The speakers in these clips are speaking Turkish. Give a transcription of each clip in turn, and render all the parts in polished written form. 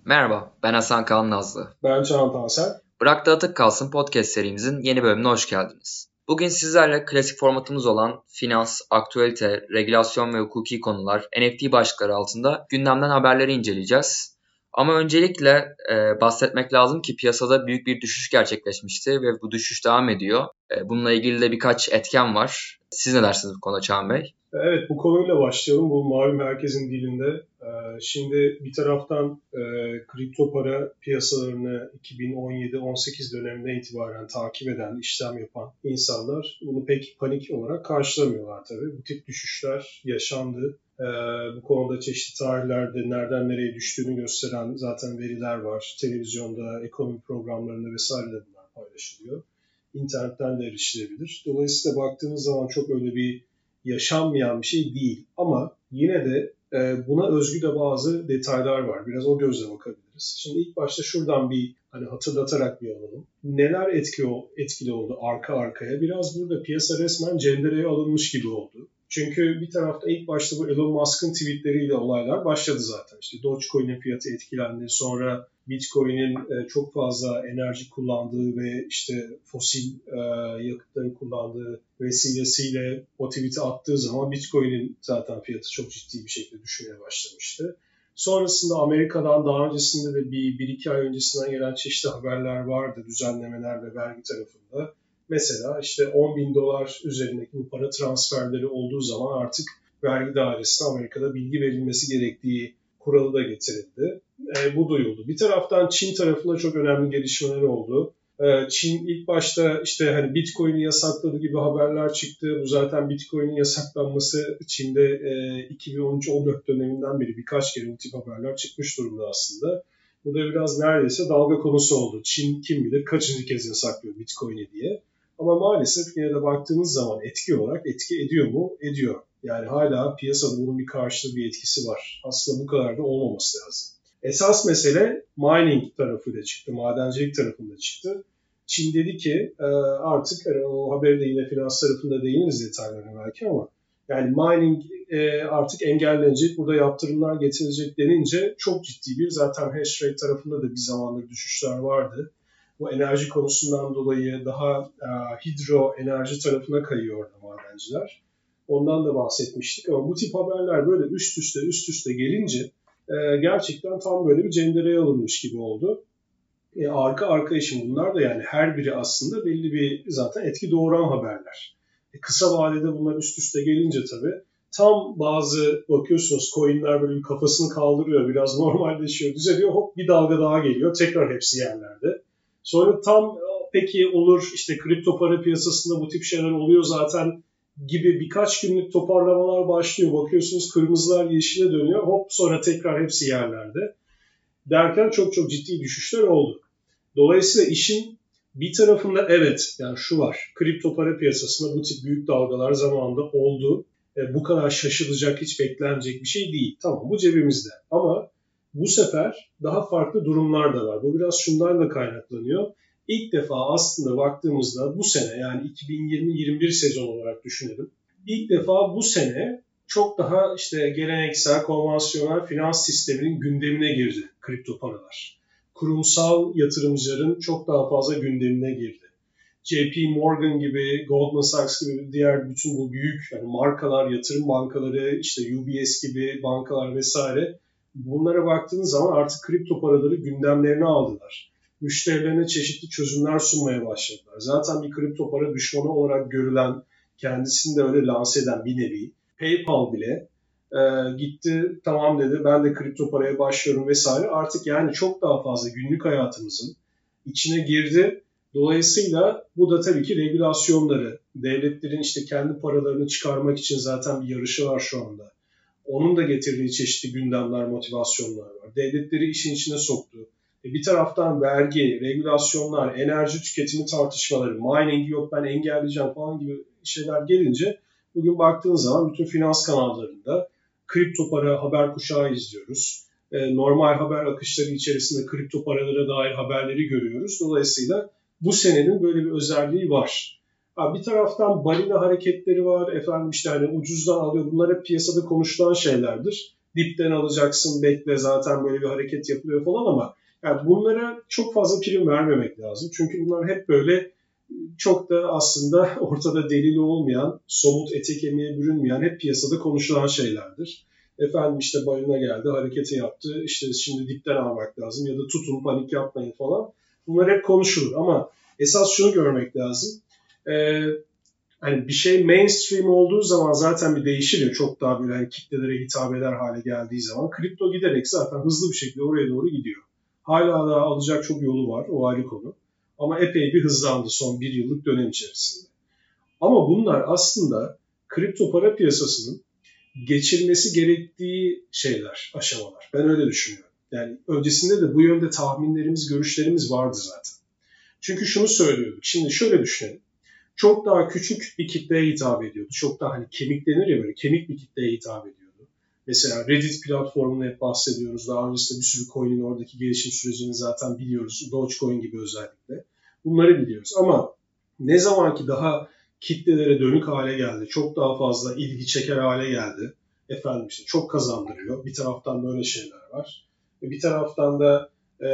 Merhaba, ben Hasan Kaan Nazlı. Ben Can Tansel. Bırak da Atık Kalsın podcast serimizin yeni bölümüne hoş geldiniz. Bugün sizlerle klasik formatımız olan finans, aktüelite, regülasyon ve hukuki konular, NFT başlıkları altında gündemden haberleri inceleyeceğiz. Ama öncelikle bahsetmek lazım ki piyasada büyük bir düşüş gerçekleşmişti ve bu düşüş devam ediyor. Bununla ilgili de birkaç etken var. Siz ne dersiniz bu konuda Çağan Bey? Evet, bu konuyla başlayalım. Bu malum herkesin dilinde. Şimdi bir taraftan kripto para piyasalarını 2017-18 döneminden itibaren takip eden, işlem yapan insanlar bunu pek panik olarak karşılamıyorlar tabii. Bu tip düşüşler yaşandı. Bu konuda çeşitli tarihlerde nereden nereye düştüğünü gösteren zaten veriler var. Televizyonda, ekonomi programlarında vesaire de bunlar paylaşılıyor. İnternetten de erişilebilir. Dolayısıyla baktığımız zaman çok öyle bir yaşanmayan bir şey değil. Ama yine de buna özgü de bazı detaylar var. Biraz o gözle bakabiliriz. Şimdi ilk başta şuradan bir hatırlatarak bir alalım. Neler etkili oldu arka arkaya? Biraz burada piyasa resmen cendereye alınmış gibi oldu. Çünkü bir tarafta ilk başta bu Elon Musk'ın tweetleriyle olaylar başladı zaten. İşte Dogecoin'in fiyatı etkilendi. Sonra Bitcoin'in çok fazla enerji kullandığı ve işte fosil yakıtları kullandığı vesilesiyle o tweet'i attığı zaman Bitcoin'in zaten fiyatı çok ciddi bir şekilde düşmeye başlamıştı. Sonrasında Amerika'dan daha öncesinde de bir iki ay öncesinden gelen çeşitli haberler vardı, düzenlemeler ve vergi tarafında. Mesela işte $10.000 üzerindeki bu para transferleri olduğu zaman artık vergi dairesine Amerika'da bilgi verilmesi gerektiği kuralı da getirildi. Bu duyuldu. Bir taraftan Çin tarafında çok önemli gelişmeler oldu. Çin ilk başta işte Bitcoin'i yasakladı gibi haberler çıktı. Bu zaten Bitcoin'in yasaklanması Çin'de 2013-14 döneminden beri birkaç kere bu tip haberler çıkmış durumda aslında. Bu da biraz neredeyse dalga konusu oldu. Çin kim bilir kaçıncı kez yasaklıyor Bitcoin'i diye. Ama maalesef yine de baktığınız zaman etki olarak etki ediyor mu? Ediyor. Yani hala piyasada bunun bir karşılığı bir etkisi var. Aslında bu kadar da olmaması lazım. Esas mesele mining tarafıyla çıktı, madencilik tarafında çıktı. Çin dedi ki artık o haberi de yine finans tarafında değiniriz detaylarına belki ama yani mining artık engellenecek, burada yaptırımlar getirilecek denince çok ciddi bir zaten hash rate tarafında da bir zamandır düşüşler vardı. Bu enerji konusundan dolayı daha hidro enerji tarafına kayıyor orada madenciler. Ondan da bahsetmiştik ama bu tip haberler böyle üst üste gelince gerçekten tam böyle bir cendereye alınmış gibi oldu. Arka arkaya şimdi bunlar da yani her biri aslında belli bir zaten etki doğuran haberler. Kısa vadede bunlar üst üste gelince tabii tam bazı bakıyorsunuz coinler böyle bir kafasını kaldırıyor, biraz normalleşiyor, düzeliyor, hop bir dalga daha geliyor, tekrar hepsi yerlerde. Sonra tam peki olur işte kripto para piyasasında bu tip şeyler oluyor zaten gibi birkaç günlük toparlamalar başlıyor. Bakıyorsunuz kırmızılar yeşile dönüyor. Hop sonra tekrar hepsi yerlerde. Derken çok ciddi düşüşler oldu. Dolayısıyla işin bir tarafında evet yani şu var. Kripto para piyasasında bu tip büyük dalgalar zamanında oldu. Bu kadar şaşılacak, hiç beklenecek bir şey değil. Tamam bu cebimizde. Ama bu sefer daha farklı durumlar da var. Bu biraz şundan da kaynaklanıyor. İlk defa aslında baktığımızda bu sene yani 2020-21 sezon olarak düşünelim. İlk defa bu sene çok daha işte geleneksel, konvansiyonel finans sisteminin gündemine girdi kripto paralar. Kurumsal yatırımcıların çok daha fazla gündemine girdi. JP Morgan gibi, Goldman Sachs gibi diğer bütün bu büyük yani markalar, yatırım bankaları, işte UBS gibi bankalar vesaire bunlara baktığınız zaman artık kripto paraları gündemlerine aldılar. Müşterilerine çeşitli çözümler sunmaya başladılar. Zaten bir kripto para düşmanı olarak görülen, kendisini de öyle lanse eden bir nevi PayPal bile gitti tamam dedi ben de kripto paraya başlıyorum vesaire. Artık yani çok daha fazla günlük hayatımızın içine girdi. Dolayısıyla bu da tabii ki regülasyonları, devletlerin işte kendi paralarını çıkarmak için zaten bir yarışı var şu anda. Onun da getirdiği çeşitli gündemler, motivasyonlar var. Devletleri işin içine soktu. Bir taraftan vergi, regülasyonlar, enerji tüketimi tartışmaları, mining yok ben engelleyeceğim falan gibi şeyler gelince bugün baktığınız zaman bütün finans kanallarında kripto para haber kuşağı izliyoruz. Normal haber akışları içerisinde kripto paralara dair haberleri görüyoruz. Dolayısıyla bu senenin böyle bir özelliği var. Bir taraftan balina hareketleri var. Efendim işte ucuzdan alıyor. Bunlar hep piyasada konuşulan şeylerdir. dipten alacaksın, bekle zaten böyle bir hareket yapılıyor falan ama yani bunlara çok fazla prim vermemek lazım. Çünkü bunlar hep böyle çok da aslında ortada delili olmayan, somut ete kemiğe bürünmeyen, hep piyasada konuşulan şeylerdir. Efendim işte balina geldi, hareketi yaptı, işte şimdi dipten almak lazım ya da tutun, panik yapmayın falan. Bunlar hep konuşulur ama esas şunu görmek lazım. Hani bir şey mainstream olduğu zaman zaten bir değişir ya, çok daha böyle hani kitlelere hitap eder hale geldiği zaman. Kripto giderek zaten hızlı bir şekilde oraya doğru gidiyor. Hala daha alacak çok yolu var, o ayrı konu. Ama epey bir hızlandı son bir yıllık dönem içerisinde. Ama bunlar aslında kripto para piyasasının geçilmesi gerektiği şeyler, aşamalar. Ben öyle düşünüyorum. Yani öncesinde de bu yönde tahminlerimiz, görüşlerimiz vardı zaten. Çünkü şunu söylüyorduk. Şimdi şöyle düşünelim. Çok daha küçük bir kitleye hitap ediyordu. Çok daha hani kemik denir ya, böyle kemik bir kitleye hitap ediyordu. Mesela Reddit platformunu hep bahsediyoruz. Daha öncesinde bir sürü coin'in oradaki gelişim sürecini zaten biliyoruz. Dogecoin gibi özellikle. Bunları biliyoruz. Ama ne zaman ki daha kitlelere dönük hale geldi, çok daha fazla ilgi çeker hale geldi. Efendim işte çok kazandırıyor. Bir taraftan böyle şeyler var. Bir taraftan da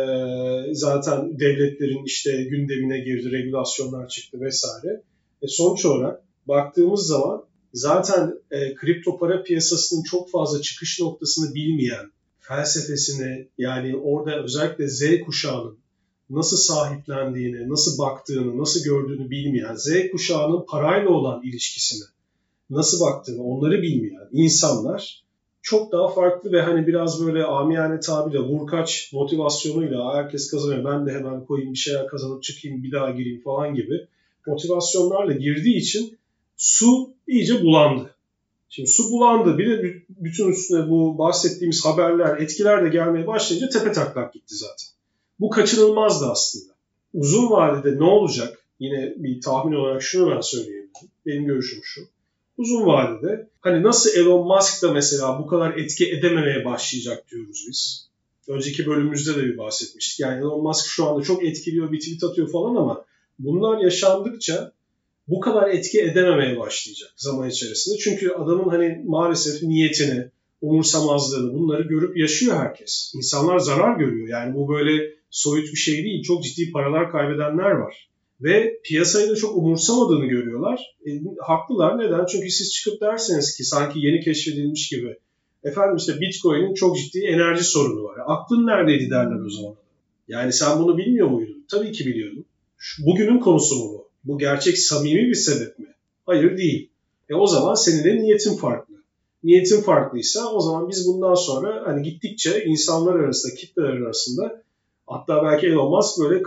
zaten devletlerin işte gündemine girdi, regülasyonlar çıktı vesaire. Sonuç olarak baktığımız zaman zaten kripto para piyasasının çok fazla çıkış noktasını bilmeyen, felsefesini, yani orada özellikle Z kuşağının nasıl sahiplendiğini, nasıl baktığını, nasıl gördüğünü bilmeyen, Z kuşağının parayla olan ilişkisini nasıl baktığını, onları bilmeyen insanlar çok daha farklı ve hani biraz böyle amiyane tabirle vurkaç motivasyonuyla herkes kazanıyor, ben de hemen koyayım bir şeyler kazanıp çıkayım bir daha gireyim falan gibi motivasyonlarla girdiği için su iyice bulandı. Şimdi su bulandı, bir de bütün üstüne bu bahsettiğimiz haberler, etkiler de gelmeye başlayınca tepe taklak gitti zaten. Bu kaçınılmazdı aslında. Uzun vadede ne olacak? Yine bir tahmin olarak şunu ben söyleyebilirim. Benim görüşüm şu. Uzun vadede hani nasıl Elon Musk da mesela bu kadar etki edememeye başlayacak diyoruz biz. Önceki bölümümüzde de bir bahsetmiştik. Yani Elon Musk şu anda çok etkiliyor, bir tweet atıyor falan ama bunlar yaşandıkça bu kadar etki edememeye başlayacak zaman içerisinde. Çünkü adamın hani maalesef niyetini, umursamazlığını, bunları görüp yaşıyor herkes. İnsanlar zarar görüyor. Yani bu böyle soyut bir şey değil. Çok ciddi paralar kaybedenler var. Ve piyasayı da çok umursamadığını görüyorlar. Haklılar. Neden? Çünkü siz çıkıp derseniz ki sanki yeni keşfedilmiş gibi, efendim işte Bitcoin'in çok ciddi enerji sorunu var. Aklın neredeydi derler o zaman. Yani sen bunu bilmiyor muydun? Tabii ki biliyordum. Bugünün konusu mu bu? Bu gerçek samimi bir sebep mi? Hayır, değil. O zaman senin de niyetin farklı. Niyetin farklıysa o zaman biz bundan sonra hani gittikçe insanlar arasında, kitleler arasında, hatta belki Elon Musk böyle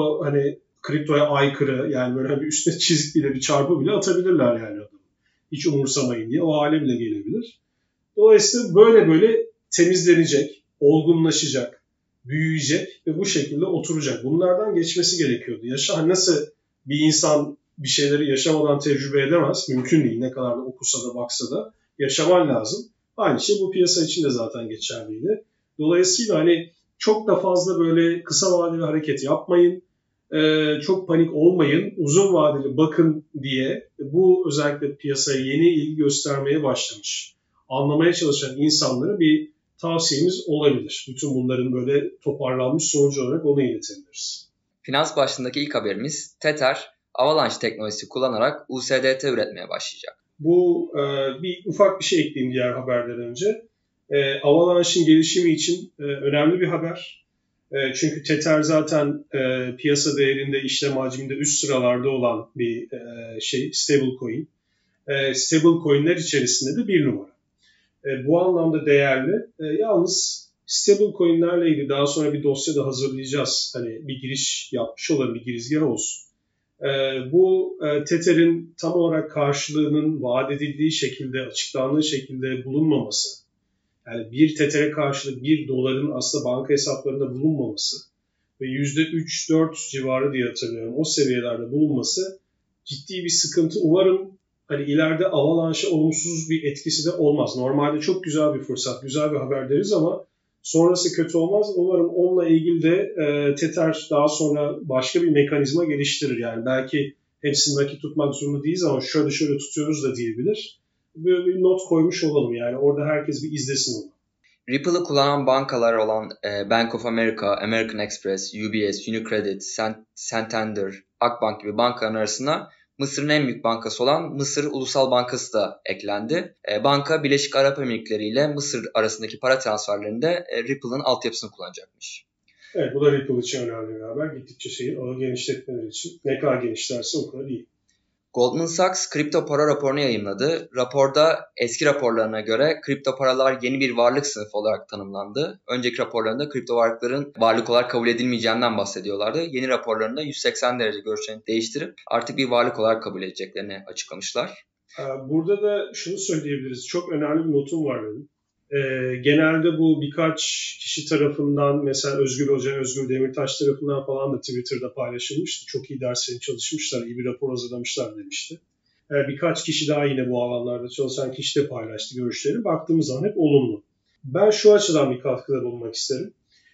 kriptoya aykırı, yani böyle bir üstüne çizik bile, bir çarpı bile atabilirler yani adamı. Hiç umursamayın diye o hale bile gelebilir. Dolayısıyla böyle temizlenecek, olgunlaşacak, büyüyecek ve bu şekilde oturacak. Bunlardan geçmesi gerekiyordu. Nasıl bir insan bir şeyleri yaşamadan tecrübe edemez? Mümkün değil. Ne kadar da okusa da baksa da yaşaman lazım. Aynı şey bu piyasa için de zaten geçerliydi. Dolayısıyla hani çok da fazla böyle kısa vadeli hareket yapmayın. Çok panik olmayın. Uzun vadeli bakın diye bu özellikle piyasaya yeni ilgi göstermeye başlamış, anlamaya çalışan insanlara bir tavsiyemiz olabilir. Bütün bunların böyle toparlanmış sonucu olarak onu iletebiliriz. Finans başlığındaki ilk haberimiz, Tether, Avalanche teknolojisi kullanarak USDT üretmeye başlayacak. Bu bir ufak bir şey ekleyeyim diğer haberden önce. Avalanche'in gelişimi için önemli bir haber. Çünkü Tether zaten piyasa değerinde, işlem hacminde üst sıralarda olan bir stablecoin. Stablecoin'ler içerisinde de bir numara. Bu anlamda değerli. Yalnız stablecoin'lerle ilgili daha sonra bir dosya da hazırlayacağız. Hani bir giriş yapmış olalım, bir girizgah olsun. Bu Tether'in tam olarak karşılığının vaat edildiği şekilde, açıklandığı şekilde bulunmaması, yani bir Tether'e karşılık $1 aslında banka hesaplarında bulunmaması ve %3-4 civarı diye hatırlıyorum o seviyelerde bulunması ciddi bir sıkıntı. Umarım hani ileride Avalanche'a olumsuz bir etkisi de olmaz. Normalde çok güzel bir fırsat, güzel bir haber deriz ama sonrası kötü olmaz. Umarım onunla ilgili de Tether daha sonra başka bir mekanizma geliştirir. Yani belki hepsini nakit tutmak zorunda değiliz ama şöyle tutuyoruz da diyebilir. Böyle bir not koymuş olalım, yani orada herkes bir izlesin onu. Ripple'ı kullanan bankalar olan Bank of America, American Express, UBS, Unicredit, Santander, Akbank gibi bankaların arasına Mısır'ın en büyük bankası olan Mısır Ulusal Bankası da eklendi. Banka Birleşik Arap Emirlikleri ile Mısır arasındaki para transferlerinde Ripple'ın altyapısını kullanacakmış. Evet, bu da Ripple için önemli bir haber. Gittikçe ağı genişletmeleri için. Ne kadar genişlerse o kadar iyi. Goldman Sachs kripto para raporunu yayımladı. Raporda eski raporlarına göre kripto paralar yeni bir varlık sınıfı olarak tanımlandı. Önceki raporlarında kripto varlıkların varlık olarak kabul edilmeyeceğinden bahsediyorlardı. Yeni raporlarında 180 derece görüşlerini değiştirip artık bir varlık olarak kabul edeceklerini açıklamışlar. Burada da şunu söyleyebiliriz. Çok önemli bir notum var benim. Genelde bu birkaç kişi tarafından, mesela Özgür Hoca, Özgür Demirtaş tarafından falan da Twitter'da paylaşılmıştı. Çok iyi derslerini çalışmışlar, iyi bir rapor hazırlamışlar demişti. Birkaç kişi daha yine bu alanlarda çalışan kişi de paylaştı görüşlerini. Baktığımız zaman hep olumlu. Ben şu açıdan bir katkıda bulunmak isterim.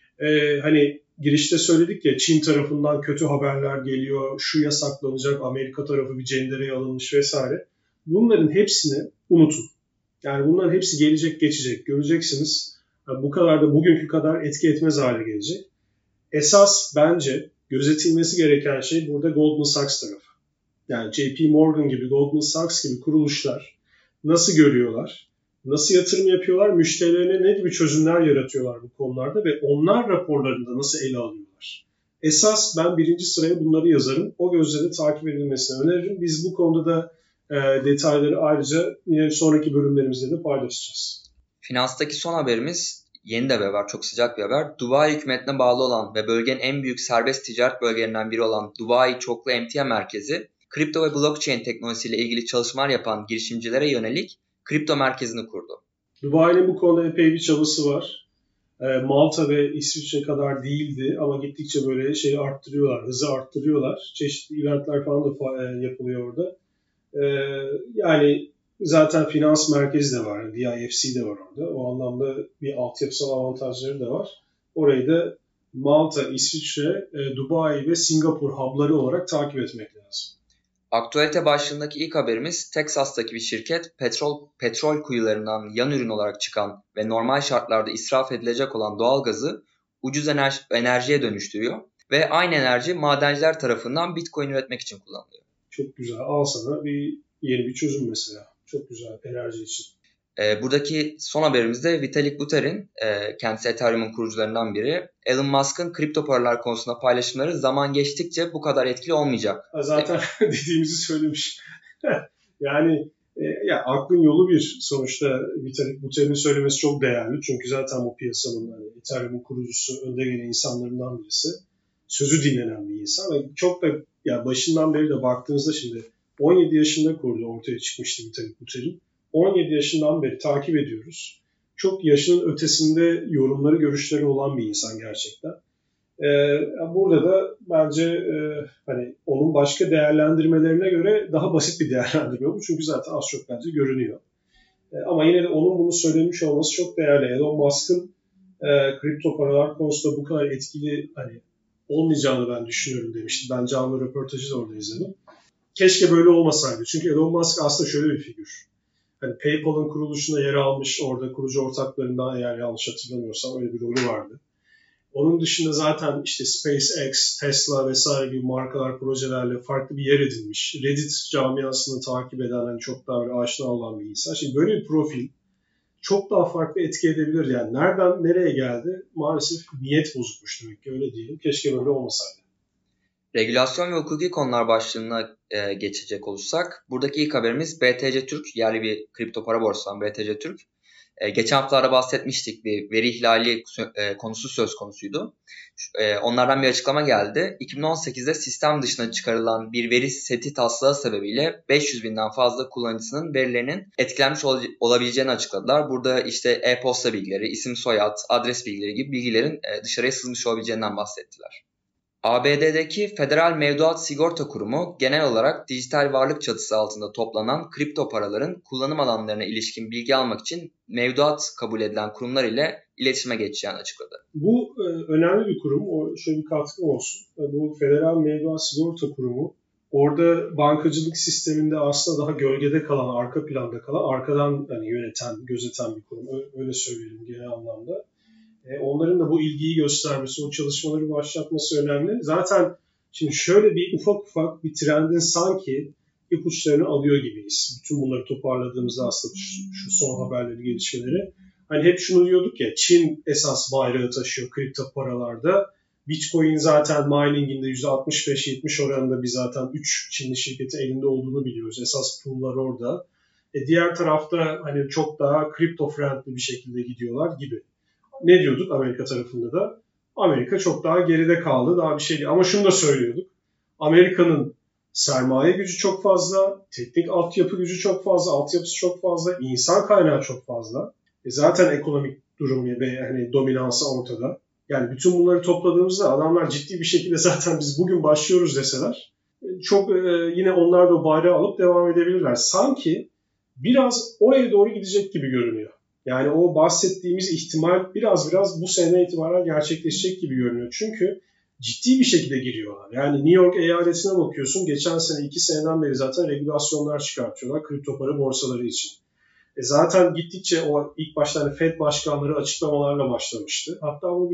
Hani girişte söyledik ya, Çin tarafından kötü haberler geliyor, şu yasaklanacak, Amerika tarafı bir cendereye alınmış vesaire. Bunların hepsini unutun. Yani bunların hepsi gelecek geçecek. Göreceksiniz. Bu kadar da bugünkü kadar etki etmez hale gelecek. Esas bence gözetilmesi gereken şey burada Goldman Sachs tarafı. Yani JP Morgan gibi, Goldman Sachs gibi kuruluşlar nasıl görüyorlar? Nasıl yatırım yapıyorlar? Müşterilerine ne gibi çözümler yaratıyorlar bu konularda ve onlar raporlarında nasıl ele alıyorlar? Esas ben birinci sıraya bunları yazarım. O gözle de takip edilmesini öneririm. Biz bu konuda da detayları ayrıca yine sonraki bölümlerimizde de paylaşacağız. Finanstaki son haberimiz yeni de bir haber, çok sıcak bir haber. Dubai hükümetine bağlı olan ve bölgenin en büyük serbest ticaret bölgelerinden biri olan Dubai Çoklu Emtia Merkezi, kripto ve blockchain teknolojisiyle ilgili çalışmalar yapan girişimcilere yönelik kripto merkezini kurdu. Dubai'nin bu konuda epey bir çabası var. Malta ve İsviçre kadar değildi ama gittikçe böyle arttırıyorlar, hızı arttırıyorlar. Çeşitli eventler falan da yapılıyor orada. Yani zaten finans merkezi de var, DIFC de var orada. O anlamda bir altyapısal avantajları da var. Orayı da Malta, İsviçre, Dubai ve Singapur hub'ları olarak takip etmek lazım. Aktualite başlığındaki ilk haberimiz Teksas'taki bir şirket petrol kuyularından yan ürün olarak çıkan ve normal şartlarda israf edilecek olan doğalgazı ucuz enerjiye dönüştürüyor ve aynı enerji madenciler tarafından Bitcoin üretmek için kullanılıyor. Çok güzel. Al sana yeni bir çözüm mesela. Çok güzel enerji için. Buradaki son haberimiz de Vitalik Buterin, kendisi Ethereum'un kurucularından biri. Elon Musk'ın kripto paralar konusunda paylaşımları zaman geçtikçe bu kadar etkili olmayacak. Zaten dediğimizi söylemiş. Yani aklın yolu bir. Sonuçta Vitalik Buterin'in söylemesi çok değerli. Çünkü zaten bu piyasanın Ethereum'un kurucusu, önde gelen insanlarından birisi. Sözü dinlenen bir insan. Ve çok da başından beri de baktığınızda şimdi 17 yaşında kurdu, ortaya çıkmıştı Vitalik Buterin. 17 yaşından beri takip ediyoruz. Çok yaşının ötesinde yorumları, görüşleri olan bir insan gerçekten. Burada da bence onun başka değerlendirmelerine göre daha basit bir değerlendirme bu. Çünkü zaten az çok bence görünüyor. Ama yine de onun bunu söylemiş olması çok değerli. Elon Musk'ın kripto paralar konusunda bu kadar etkili olmayacağını ben düşünüyorum demişti. Ben canlı röportajı da orada izledim. Keşke böyle olmasaydı. Çünkü Elon Musk aslında şöyle bir figür. PayPal'ın kuruluşuna yer almış, orada kurucu ortaklarından, eğer yanlış hatırlamıyorsam öyle bir rolü vardı. Onun dışında zaten SpaceX, Tesla vesaire gibi markalar, projelerle farklı bir yer edinmiş. Reddit camiasını takip eden, çok daha böyle aşina olan bir insan. Şimdi böyle bir profil çok daha farklı etki edebilir. Yani nereden nereye geldi? Maalesef niyet bozukmuş demek ki, öyle diyelim. Keşke böyle olmasaydı. Regülasyon ve hukuki konular başlığına geçecek olursak, buradaki ilk haberimiz BTC Türk, yerli bir kripto para borsası BTC Türk. Geçen haftalarda bahsetmiştik, bir veri ihlali konusu söz konusuydu. Onlardan bir açıklama geldi. 2018'de sistem dışına çıkarılan bir veri seti taslağı sebebiyle 500 binden fazla kullanıcısının verilerinin etkilenmiş olabileceğini açıkladılar. Burada e-posta bilgileri, isim soyad, adres bilgileri gibi bilgilerin dışarıya sızmış olabileceğinden bahsettiler. ABD'deki Federal Mevduat Sigorta Kurumu genel olarak dijital varlık çatısı altında toplanan kripto paraların kullanım alanlarına ilişkin bilgi almak için mevduat kabul edilen kurumlar ile iletişime geçeceğini açıkladı. Bu önemli bir kurum. Şöyle bir katkı olsun. Bu Federal Mevduat Sigorta Kurumu Orada bankacılık sisteminde aslında daha gölgede kalan, arka planda kalan, arkadan hani yöneten, gözeten bir kurum. Öyle söyleyelim genel anlamda. Onların da bu ilgiyi göstermesi, o çalışmaları başlatması önemli. Zaten şimdi şöyle bir ufak bir trendin sanki ipuçlarını alıyor gibiyiz. Bütün bunları toparladığımızda aslında şu son haberleri, gelişmeleri. Hani hep şunu diyorduk ya, Çin esas bayrağı taşıyor kripto paralarda. Bitcoin zaten mining'inde %65-70 oranında zaten 3 Çinli şirketi elinde olduğunu biliyoruz. Esas pool'lar orada. Diğer tarafta hani çok daha kripto friendly bir şekilde gidiyorlar gibi. Ne diyorduk Amerika tarafında da? Amerika çok daha geride kaldı, daha bir şey değil. Ama şunu da söylüyorduk. Amerika'nın sermaye gücü çok fazla, teknik altyapı gücü çok fazla, altyapısı çok fazla, insan kaynağı çok fazla. Zaten ekonomik durum ve hani dominansı ortada. Yani bütün bunları topladığımızda adamlar ciddi bir şekilde zaten biz bugün başlıyoruz deseler çok yine onlar da o bayrağı alıp devam edebilirler. Sanki biraz oraya doğru gidecek gibi görünüyor. Yani o bahsettiğimiz ihtimal biraz bu sene itibaren gerçekleşecek gibi görünüyor. Çünkü ciddi bir şekilde giriyorlar. Yani New York eyaletine bakıyorsun. Geçen sene 2 seneden beri zaten regülasyonlar çıkartıyorlar kripto para borsaları için. Zaten gittikçe o ilk başta hani Fed başkanları açıklamalarla başlamıştı. Hatta bu bir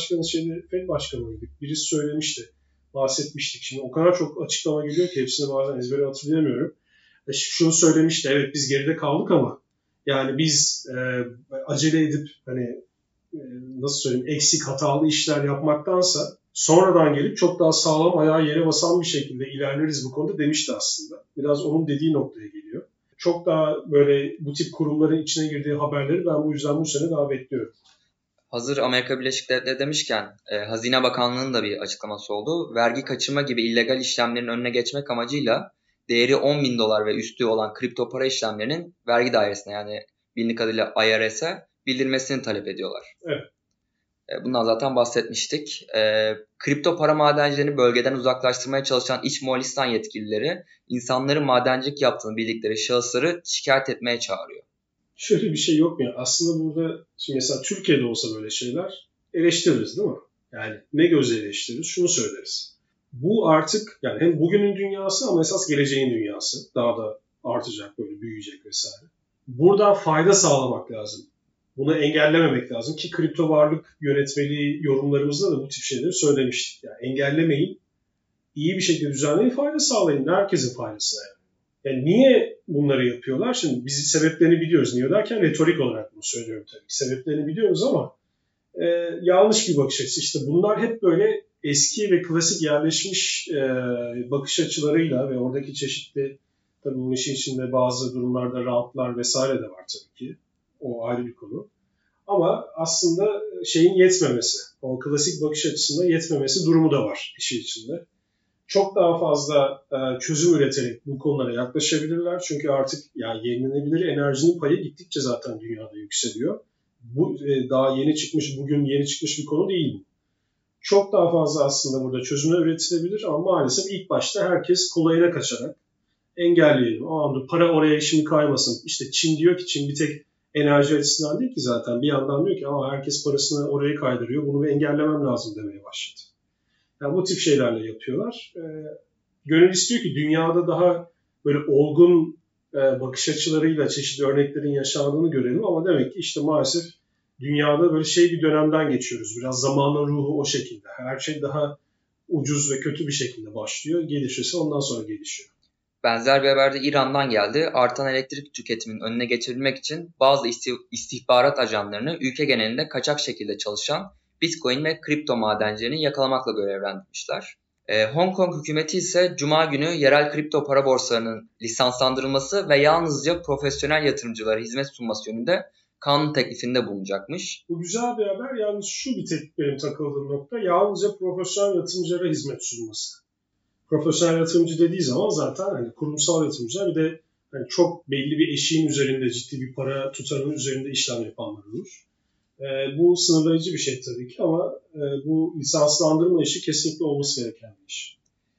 Fed başkanı mıydık? Birisi söylemişti. Bahsetmiştik. Şimdi o kadar çok açıklama geliyor ki hepsini bazen ezbere hatırlayamıyorum. Şunu söylemişti. Evet biz geride kaldık ama yani biz acele edip hani nasıl söyleyeyim eksik hatalı işler yapmaktansa sonradan gelip çok daha sağlam ayağı yere basan bir şekilde ilerleriz bu konuda demişti aslında. Biraz onun dediği noktaya geliyor. Çok daha böyle bu tip kurumların içine girdiği haberleri ben bu yüzden bu sene daha bekliyorum. Hazır Amerika Birleşik Devletleri demişken Hazine Bakanlığı'nın da bir açıklaması oldu. Vergi kaçırma gibi illegal işlemlerin önüne geçmek amacıyla değeri $10.000 ve üstü olan kripto para işlemlerinin vergi dairesine yani bildiğim kadarıyla IRS'e bildirmesini talep ediyorlar. Evet. Bundan zaten bahsetmiştik. Kripto para madencilerini bölgeden uzaklaştırmaya çalışan İç Moğolistan yetkilileri insanların madencilik yaptığını bildikleri şahısları şikayet etmeye çağırıyor. Şöyle bir şey yok mu ya? Aslında burada şimdi mesela Türkiye'de olsa böyle şeyler eleştiririz değil mi? Yani ne gözle eleştiririz? Şunu söyleriz. Bu artık yani hem bugünün dünyası ama esas geleceğin dünyası. Daha da artacak, böyle büyüyecek vesaire. Buradan fayda sağlamak lazım. Bunu engellememek lazım ki kripto varlık yönetmeliği yorumlarımızda da bu tip şeyleri söylemiştik. Yani engellemeyin, iyi bir şekilde düzenleyin, fayda sağlayın. Herkesin faydasına yani. Yani niye bunları yapıyorlar? Şimdi biz sebeplerini biliyoruz. Niye derken retorik olarak bunu söylüyorum tabii. Sebeplerini biliyoruz ama yanlış bir bakış açısı. İşte bunlar hep böyle eski ve klasik yerleşmiş bakış açılarıyla ve oradaki çeşitli tabii bu işin içinde bazı durumlarda rantlar vesaire de var tabii ki. O ayrı bir konu. Ama aslında şeyin yetmemesi, o klasik bakış açısında yetmemesi durumu da var işin içinde. Çok daha fazla çözüm üreterek bu konulara yaklaşabilirler. Çünkü artık yani yenilenebilir enerjinin payı gittikçe zaten dünyada yükseliyor. Bu daha bugün yeni çıkmış bir konu değil bu. Çok daha fazla aslında burada çözümler üretilebilir ama maalesef ilk başta herkes kolayına kaçarak engelleyelim. O anda para oraya şimdi kaymasın. İşte Çin diyor ki Çin bir tek enerji açısından değil ki zaten bir yandan diyor ki ama herkes parasını oraya kaydırıyor. Bunu bir engellemem lazım demeye başladı. Yani bu tip şeylerle yapıyorlar. Gönül istiyor ki dünyada daha böyle olgun bakış açılarıyla çeşitli örneklerin yaşandığını görelim ama demek ki işte maalesef dünyada böyle bir dönemden geçiyoruz. Biraz zamanın ruhu o şekilde. Her şey daha ucuz ve kötü bir şekilde başlıyor. Gelişirse ondan sonra gelişiyor. Benzer bir haber de İran'dan geldi. Artan elektrik tüketiminin önüne geçebilmek için bazı istihbarat ajanlarını ülke genelinde kaçak şekilde çalışan Bitcoin ve kripto madencilerini yakalamakla görevlendirmişler. Hong Kong hükümeti ise Cuma günü yerel kripto para borsalarının lisanslandırılması ve yalnızca profesyonel yatırımcılara hizmet sunması yönünde kanun teklifinde bulunacakmış. Bu güzel bir haber. Yalnız şu bir tek benim takıldığım nokta. Yalnızca profesyonel yatırımcılara hizmet sunması. Profesyonel yatırımcı dediği zaman zaten hani kurumsal yatırımcılar bir de hani çok belli bir eşiğin üzerinde ciddi bir para tutarının üzerinde işlem yapanlar olur. Bu sınırlayıcı bir şey tabii ki ama bu lisanslandırma işi kesinlikle olması gereken bir iş.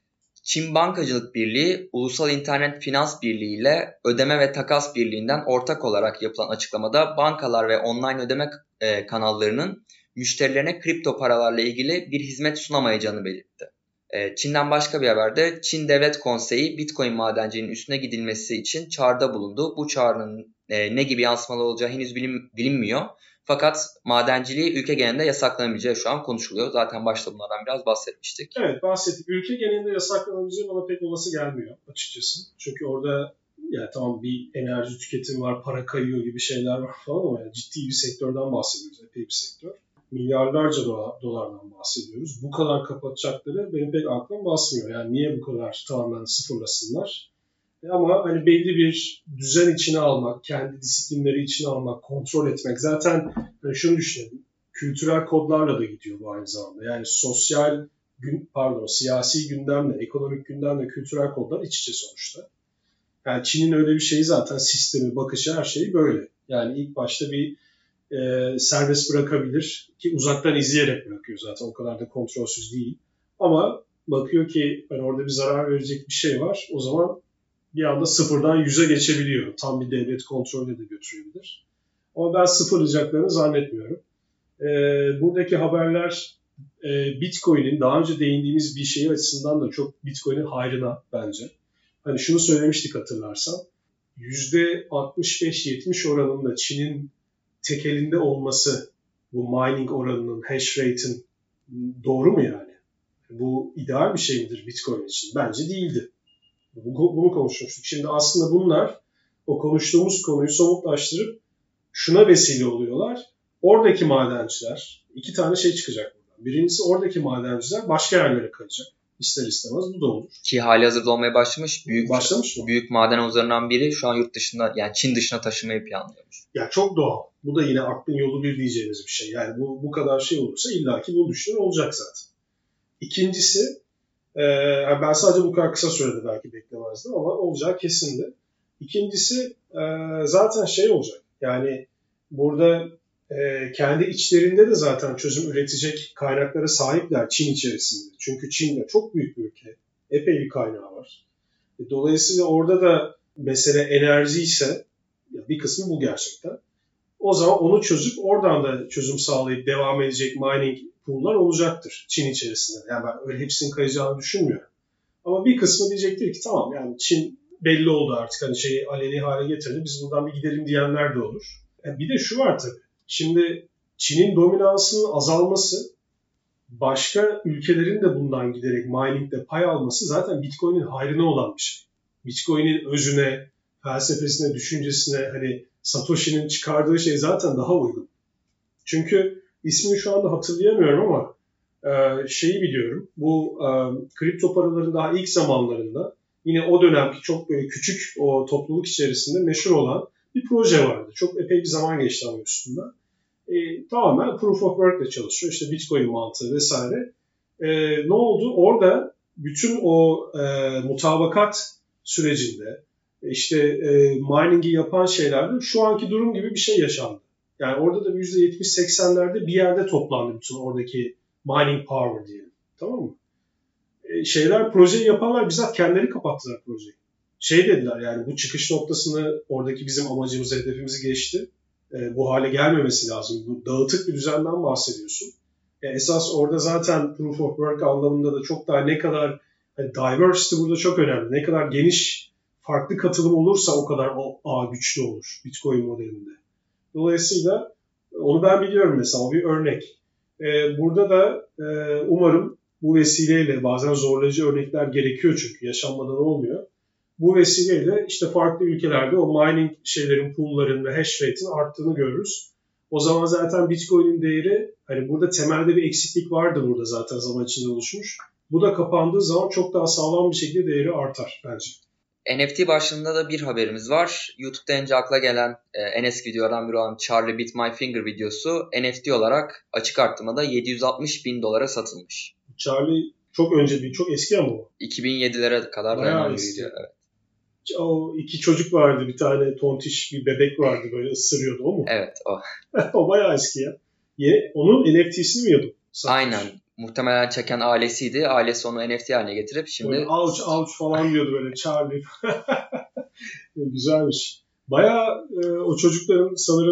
Çin Bankacılık Birliği, Ulusal İnternet Finans Birliği ile Ödeme ve Takas Birliği'nden ortak olarak yapılan açıklamada bankalar ve online ödeme kanallarının müşterilerine kripto paralarla ilgili bir hizmet sunamayacağını belirtti. Çin'den başka bir haberde Çin Devlet Konseyi Bitcoin madenciliğinin üstüne gidilmesi için çağrıda bulundu. Bu çağrının ne gibi yansımalı olacağı henüz bilinmiyor. Fakat madenciliği ülke genelinde yasaklanabileceği şu an konuşuluyor. Zaten başta bunlardan biraz bahsetmiştik. Evet, bahsettik. Ülke genelinde yasaklanabileceği bana pek olası gelmiyor açıkçası. Çünkü orada yani tamam bir enerji tüketimi var, para kayıyor gibi şeyler var falan ama yani ciddi bir sektörden bahsediyoruz. Epey bir sektör. Milyarlarca dolardan bahsediyoruz. Bu kadar kapatacakları benim pek aklım basmıyor. Yani niye bu kadar tamamen sıfırlasınlar? Ama hani belli bir düzen içine almak, kendi disiplinleri içine almak, kontrol etmek. Zaten hani şunu düşünelim, kültürel kodlarla da gidiyor bu aynı zamanda. Yani siyasi gündemle, ekonomik gündemle kültürel kodlar iç içe sonuçta. Yani Çin'in öyle bir şeyi zaten sistemi, bakışı her şeyi böyle. Yani ilk başta bir serbest bırakabilir ki uzaktan izleyerek bırakıyor zaten o kadar da kontrolsüz değil. Ama bakıyor ki hani orada bir zarar verecek bir şey var. O zaman bir anda sıfırdan 100'e geçebiliyor. Tam bir devlet kontrolüne de götürebilir. Ama ben sıfırlayacaklarını zannetmiyorum. Buradaki haberler Bitcoin'in daha önce değindiğimiz bir şey açısından da çok Bitcoin'in hayrına bence. Hani şunu söylemiştik hatırlarsan. %65-70 oranında Çin'in tek elinde olması bu mining oranının, hash rate'in doğru mu yani? Bu ideal bir şey midir Bitcoin için? Bence değildi. Bunu konuşmuştuk. Şimdi aslında bunlar o konuştuğumuz konuyu somutlaştırıp şuna vesile oluyorlar. Oradaki madenciler, iki tane şey çıkacak buradan. Birincisi oradaki madenciler başka yerlere kayacak. İster istemez bu da olur. Ki halihazırda olmaya başlamış. Başlamış mı? Büyük maden havuzlarından biri şu an yurt dışında, yani Çin dışına taşımayı planlıyormuş. Ya çok doğal. Bu da yine aklın yolu bir diyeceğimiz bir şey. Yani bu kadar şey olursa illaki bunu düşünen olacak zaten. İkincisi, ben sadece bu kadar kısa sürede belki beklemezdim ama olacağı kesindi. İkincisi zaten şey olacak. Yani burada kendi içlerinde de zaten çözüm üretecek kaynaklara sahipler Çin içerisinde. Çünkü Çin de çok büyük bir ülke. Epey bir kaynağı var. Dolayısıyla orada da mesele enerji ise bir kısmı bu gerçekten. O zaman onu çözüp oradan da çözüm sağlayıp devam edecek mining pool'lar olacaktır Çin içerisinde. Yani ben öyle hepsinin kayacağını düşünmüyorum. Ama bir kısmı diyecektir ki tamam yani Çin belli oldu artık hani şeyi aleni hale getirdi. Biz buradan bir gidelim diyenler de olur. Bir de şu var tabii. Şimdi Çin'in dominansının azalması, başka ülkelerin de bundan giderek mining'de pay alması zaten Bitcoin'in hayrına olan bir şey. Bitcoin'in özüne, felsefesine, düşüncesine hani Satoshi'nin çıkardığı şey zaten daha uygun. Çünkü ismini şu anda hatırlayamıyorum ama şeyi biliyorum. Bu kripto paraların daha ilk zamanlarında yine o dönemki çok böyle küçük o topluluk içerisinde meşhur olan bir proje vardı. Çok epey bir zaman geçti ama üstünden. Tamamen proof of work ile çalışıyor. İşte Bitcoin mantığı vesaire. Ne oldu? Orada bütün o mutabakat sürecinde işte mining'i yapan şeylerde şu anki durum gibi bir şey yaşandı. Yani orada da %70-80'lerde bir yerde toplandı bütün oradaki mining power diyelim. Tamam mı? Projeyi yapanlar bizzat kendileri kapattılar projeyi. Dediler yani bu çıkış noktasını oradaki bizim amacımızı, hedefimizi geçti. Bu hale gelmemesi lazım. Bu dağıtık bir düzenden bahsediyorsun. Esas orada zaten proof of work anlamında da çok daha ne kadar diversity burada çok önemli. Ne kadar geniş farklı katılım olursa o kadar o ağ güçlü olur Bitcoin modelinde. Dolayısıyla onu ben biliyorum mesela o bir örnek. Burada da umarım bu vesileyle bazen zorlayıcı örnekler gerekiyor çünkü yaşanmadan olmuyor. Bu vesileyle işte farklı ülkelerde o mining şeylerin, pool'ların ve hash rate'in arttığını görürüz. O zaman zaten Bitcoin'in değeri hani burada temelde bir eksiklik vardı burada zaten zaman içinde oluşmuş. Bu da kapandığı zaman çok daha sağlam bir şekilde değeri artar bence. NFT başlığında da bir haberimiz var. YouTube'da önce akla gelen en eski videolardan biri olan Charlie Bit My Finger videosu NFT olarak açık arttırmada $760.000 satılmış. Charlie çok eski ama o. 2007'lere kadar dayanan bir video. Evet. O iki çocuk vardı, bir tane tontiş bir bebek vardı böyle ısırıyordu o mu? Evet o. O bayağı eski ya. Onun NFT'sini mi yapıp satmış? Aynen. Muhtemelen çeken ailesiydi. Ailesi onu NFT haline getirip şimdi... Böyle avuç falan diyordu böyle Charlie. Güzelmiş. Bayağı o çocukların sanırım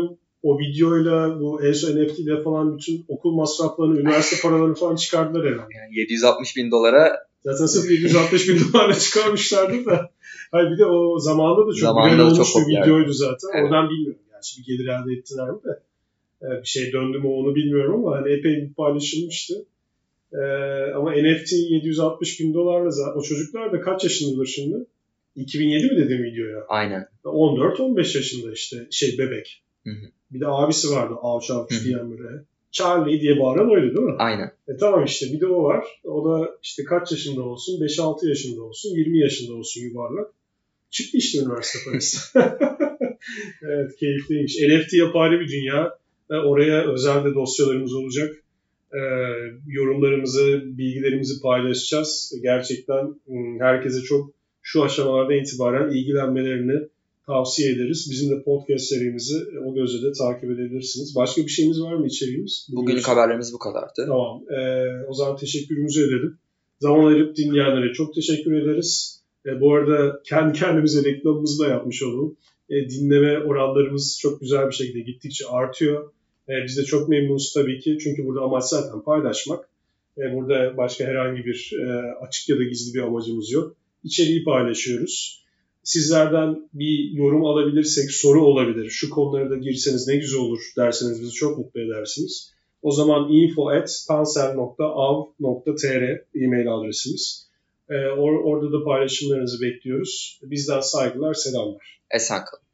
o videoyla bu en son NFT ile falan bütün okul masraflarını, üniversite paralarını falan çıkardılar herhalde. Yani 760 bin dolara zaten sırf 760 bin dolarla çıkarmışlardı da. Hayır, bir de o zamanında da çok güzel olmuş bir videoydu zaten. Evet. Oradan bilmiyorum. Gerçi bir gelir elde ettiler mi de. Bir şey döndü mü onu bilmiyorum ama hani epey bir paylaşılmıştı. Ama NFT 760 bin dolarla zaten. O çocuklar da kaç yaşındadır şimdi? 2007 mi dediğim videoya? Aynen. 14-15 yaşında işte bebek. Hı-hı. Bir de abisi vardı. Avç diyen böyle. Charlie diye bağıran oydu değil mi? Aynen. Tamam işte bir de o var. O da işte kaç yaşında olsun? 5-6 yaşında olsun. 20 yaşında olsun yuvarlak. Çıktı işte üniversite parası. Evet, keyifliymiş. NFT yapari bir dünya. Oraya özel de dosyalarımız olacak. Yorumlarımızı, bilgilerimizi paylaşacağız. Gerçekten herkese çok şu aşamalarda itibaren ilgilenmelerini tavsiye ederiz. Bizim de podcast serimizi o gözle de takip edebilirsiniz. Başka bir şeyimiz var mı, içeriğimiz? Bugünlük haberlerimiz bu kadardı. Tamam. O zaman teşekkürümüzü edelim. Zaman ayırıp dinleyenlere çok teşekkür ederiz. Bu arada kendi kendimize reklamımızı da yapmış olalım. Dinleme oranlarımız çok güzel bir şekilde gittikçe artıyor. Biz de çok memnunuz tabii ki. Çünkü burada amaç zaten paylaşmak. Burada başka herhangi bir açık ya da gizli bir amacımız yok. İçeriği paylaşıyoruz. Sizlerden bir yorum alabilirsek, soru olabilir. Şu konulara da girseniz ne güzel olur derseniz bizi çok mutlu edersiniz. O zaman info@tansel.av.tr e-mail adresimiz. Orada da paylaşımlarınızı bekliyoruz. Bizden saygılar, selamlar. Esen kalın.